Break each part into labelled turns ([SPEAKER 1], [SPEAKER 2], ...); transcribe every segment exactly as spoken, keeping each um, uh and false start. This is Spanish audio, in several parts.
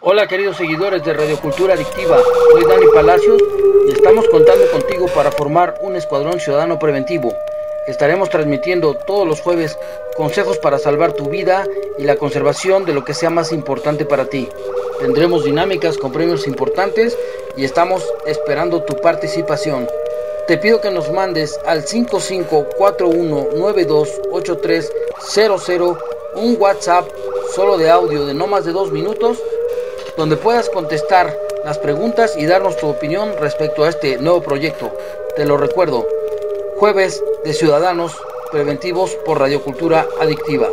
[SPEAKER 1] Hola queridos seguidores de Radio Cultura Adictiva, soy Dani Palacios y estamos contando contigo para formar un escuadrón ciudadano preventivo. Estaremos transmitiendo todos los jueves consejos para salvar tu vida y la conservación de lo que sea más importante para ti. Tendremos dinámicas con premios importantes y estamos esperando tu participación. Te pido que nos mandes al cinco cinco cuatro uno nueve dos ocho tres cero cero un WhatsApp solo de audio de no más de dos minutos, donde puedas contestar las preguntas y darnos tu opinión respecto a este nuevo proyecto. Te lo recuerdo, Jueves de Ciudadanos Preventivos por Radio Cultura Adictiva.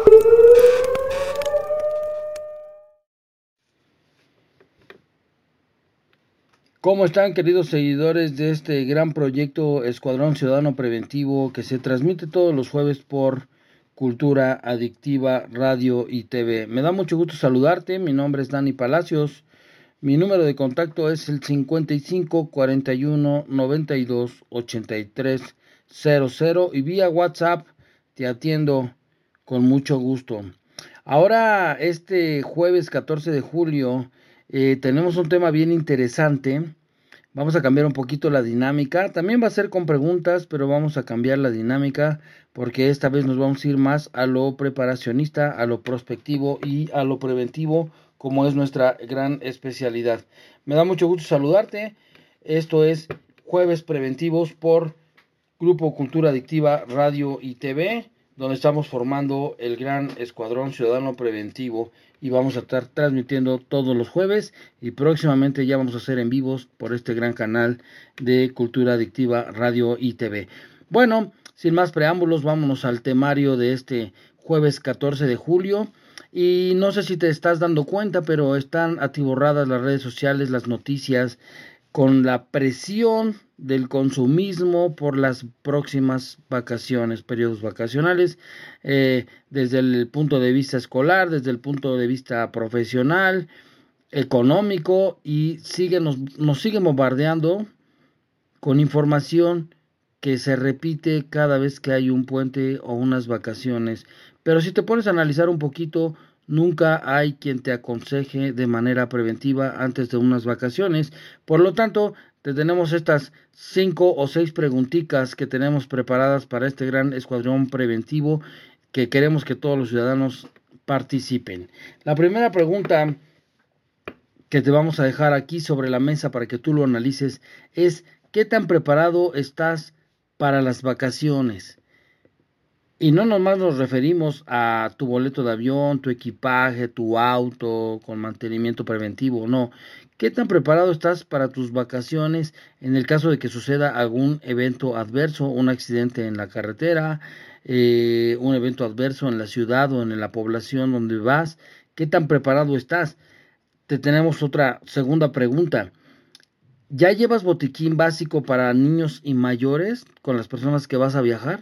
[SPEAKER 1] ¿Cómo están, queridos seguidores de este gran proyecto Escuadrón Ciudadano Preventivo que se transmite todos los jueves por Cultura Adictiva Radio y T V? Me da mucho gusto saludarte, mi nombre es Dani Palacios, mi número de contacto es el cincuenta y cinco cuarenta y uno noventa y dos ochenta y tres cero cero y vía WhatsApp te atiendo con mucho gusto. Ahora, este jueves catorce de julio, eh, tenemos un tema bien interesante. Vamos a cambiar un poquito la dinámica. También va a ser con preguntas, pero vamos a cambiar la dinámica porque esta vez nos vamos a ir más a lo preparacionista, a lo prospectivo y a lo preventivo, como es nuestra gran especialidad. Me da mucho gusto saludarte. Esto es Jueves Preventivos por Grupo Cultura Adictiva Radio y T V, donde estamos formando el gran Escuadrón Ciudadano Preventivo y vamos a estar transmitiendo todos los jueves y próximamente ya vamos a hacer en vivos por este gran canal de Cultura Adictiva Radio y T V. Bueno, sin más preámbulos, vámonos al temario de este jueves catorce de julio. Y no sé si te estás dando cuenta, pero están atiborradas las redes sociales, las noticias, con la presión del consumismo por las próximas vacaciones, periodos vacacionales, eh, desde el punto de vista escolar, desde el punto de vista profesional, económico, y sigue, nos, nos sigue bombardeando con información que se repite cada vez que hay un puente o unas vacaciones. Pero si te pones a analizar un poquito, nunca hay quien te aconseje de manera preventiva antes de unas vacaciones. Por lo tanto, te tenemos estas cinco o seis preguntitas que tenemos preparadas para este gran escuadrón preventivo que queremos que todos los ciudadanos participen. La primera pregunta que te vamos a dejar aquí sobre la mesa para que tú lo analices es: ¿qué tan preparado estás para las vacaciones? Y no nomás nos referimos a tu boleto de avión, tu equipaje, tu auto con mantenimiento preventivo, no. ¿Qué tan preparado estás para tus vacaciones en el caso de que suceda algún evento adverso, un accidente en la carretera, eh, un evento adverso en la ciudad o en la población donde vas? ¿Qué tan preparado estás? Te tenemos otra segunda pregunta. ¿Ya llevas botiquín básico para niños y mayores con las personas que vas a viajar?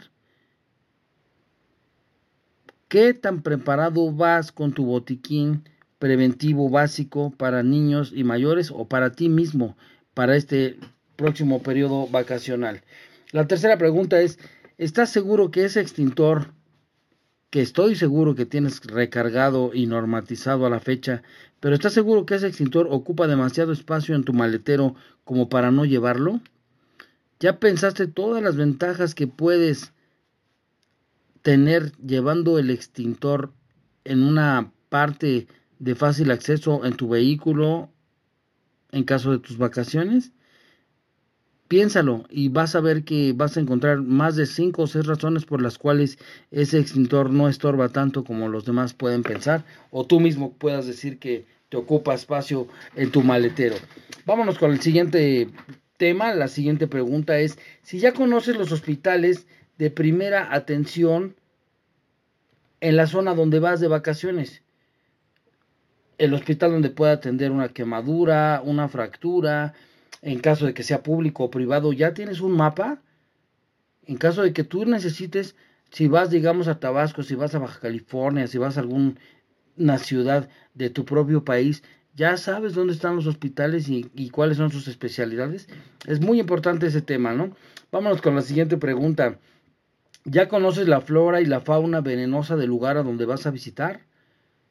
[SPEAKER 1] ¿Qué tan preparado vas con tu botiquín preventivo básico para niños y mayores o para ti mismo para este próximo periodo vacacional? La tercera pregunta es: ¿estás seguro que ese extintor, que estoy seguro que tienes recargado y normatizado a la fecha, pero estás seguro que ese extintor ocupa demasiado espacio en tu maletero como para no llevarlo? ¿Ya pensaste todas las ventajas que puedes tener llevando el extintor en una parte de fácil acceso en tu vehículo en caso de tus vacaciones? Piénsalo y vas a ver que vas a encontrar más de cinco o seis razones por las cuales ese extintor no estorba tanto como los demás pueden pensar, o tú mismo puedas decir que te ocupa espacio en tu maletero. Vámonos con el siguiente tema. La siguiente pregunta es: si ya conoces los hospitales de primera atención en la zona donde vas de vacaciones, el hospital donde pueda atender una quemadura, una fractura, en caso de que sea público o privado, ¿ya tienes un mapa? En caso de que tú necesites, si vas, digamos, a Tabasco, si vas a Baja California, si vas a alguna ciudad de tu propio país, ¿ya sabes dónde están los hospitales y, y cuáles son sus especialidades? Es muy importante ese tema, ¿no? Vámonos con la siguiente pregunta. ¿Ya conoces la flora y la fauna venenosa del lugar a donde vas a visitar?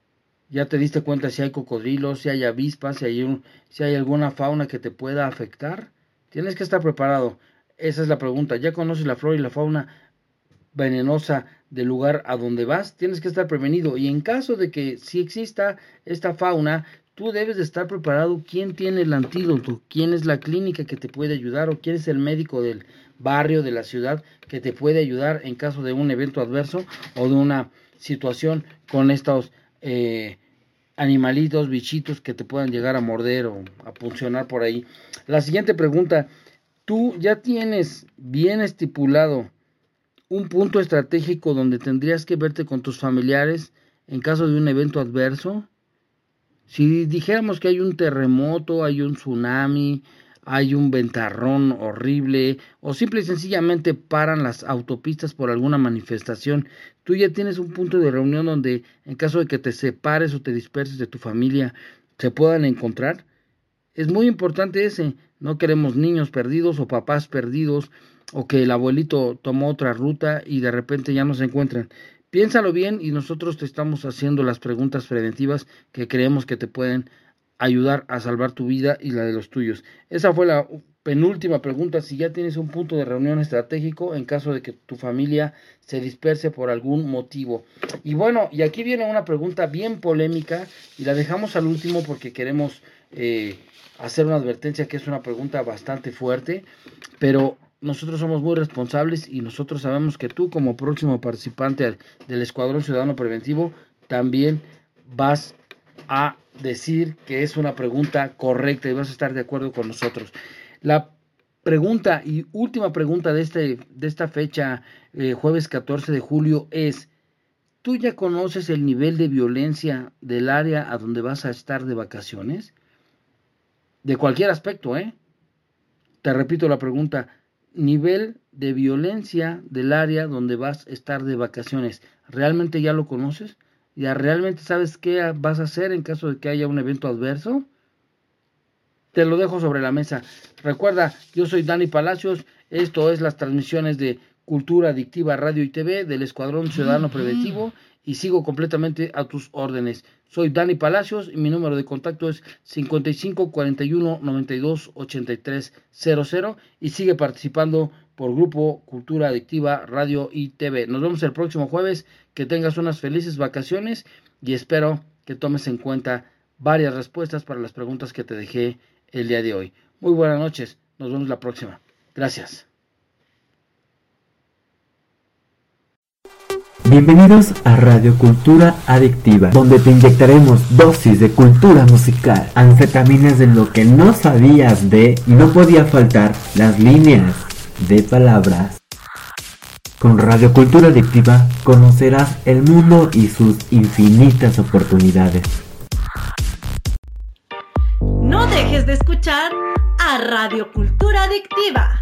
[SPEAKER 1] Ya te diste cuenta si hay cocodrilos, si hay avispas, si hay, un, si hay alguna fauna que te pueda afectar. Tienes que estar preparado. Esa es la pregunta. ¿Ya conoces la flora y la fauna venenosa del lugar a donde vas? Tienes que estar prevenido. Y en caso de que sí exista esta fauna, tú debes de estar preparado. ¿Quién tiene el antídoto? ¿Quién es la clínica que te puede ayudar? ¿O quién es el médico del barrio, de la ciudad, que te puede ayudar en caso de un evento adverso o de una situación con estos eh, animalitos, bichitos que te puedan llegar a morder o a puncionar por ahí? La siguiente pregunta: ¿tú ya tienes bien estipulado un punto estratégico donde tendrías que verte con tus familiares en caso de un evento adverso? Si dijéramos que hay un terremoto, hay un tsunami, hay un ventarrón horrible, o simple y sencillamente paran las autopistas por alguna manifestación, tú ya tienes un punto de reunión donde, en caso de que te separes o te disperses de tu familia, se puedan encontrar. Es muy importante ese. No queremos niños perdidos o papás perdidos, o que el abuelito tomó otra ruta y de repente ya no se encuentran. Piénsalo bien y nosotros te estamos haciendo las preguntas preventivas que creemos que te pueden ayudar a salvar tu vida y la de los tuyos. Esa fue la penúltima pregunta: si ya tienes un punto de reunión estratégico en caso de que tu familia se disperse por algún motivo. Y bueno, y aquí viene una pregunta bien polémica y la dejamos al último porque queremos eh, hacer una advertencia, que es una pregunta bastante fuerte, pero nosotros somos muy responsables y nosotros sabemos que tú, como próximo participante del Escuadrón Ciudadano Preventivo, también vas a decir que es una pregunta correcta y vas a estar de acuerdo con nosotros. La pregunta y última pregunta de, este, de esta fecha, eh, jueves catorce de julio, es: ¿tú ya conoces el nivel de violencia del área a donde vas a estar de vacaciones? De cualquier aspecto, ¿eh? Te repito la pregunta: nivel de violencia del área donde vas a estar de vacaciones. ¿Realmente ya lo conoces? ¿Ya realmente sabes qué vas a hacer en caso de que haya un evento adverso? Te lo dejo sobre la mesa. Recuerda, yo soy Dani Palacios. Esto es las transmisiones de Cultura Adictiva Radio y T V del Escuadrón Ciudadano Preventivo y sigo completamente a tus órdenes. Soy Dani Palacios y mi número de contacto es cincuenta y cinco cuarenta y uno noventa y dos ochenta y tres cero cero y sigue participando por Grupo Cultura Adictiva Radio y T V. Nos vemos el próximo jueves. Que tengas unas felices vacaciones y espero que tomes en cuenta varias respuestas para las preguntas que te dejé el día de hoy. Muy buenas noches. Nos vemos la próxima. Gracias.
[SPEAKER 2] Bienvenidos a Radio Cultura Adictiva, donde te inyectaremos dosis de cultura musical, anfetaminas de lo que no sabías de, y no podía faltar, las líneas de palabras. Con Radio Cultura Adictiva conocerás el mundo y sus infinitas oportunidades.
[SPEAKER 3] No dejes de escuchar a Radio Cultura Adictiva.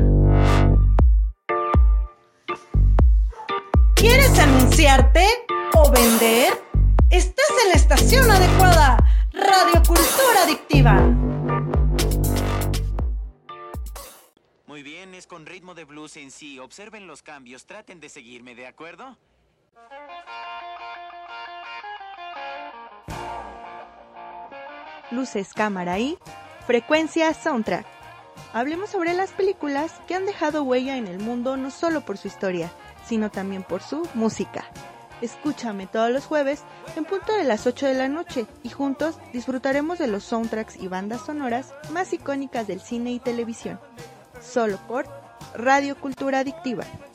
[SPEAKER 3] ¿Quieres anunciarte o vender? Estás en la estación adecuada. Radio Cultura Adictiva.
[SPEAKER 4] Muy bien, es con ritmo de blues en sí. Observen los cambios, traten de seguirme, ¿de acuerdo?
[SPEAKER 5] Luces, cámara y frecuencia soundtrack. Hablemos sobre las películas que han dejado huella en el mundo no solo por su historia, sino también por su música. Escúchame todos los jueves en punto de las ocho de la noche y juntos disfrutaremos de los soundtracks y bandas sonoras más icónicas del cine y televisión. Solo por Radio Cultura Adictiva.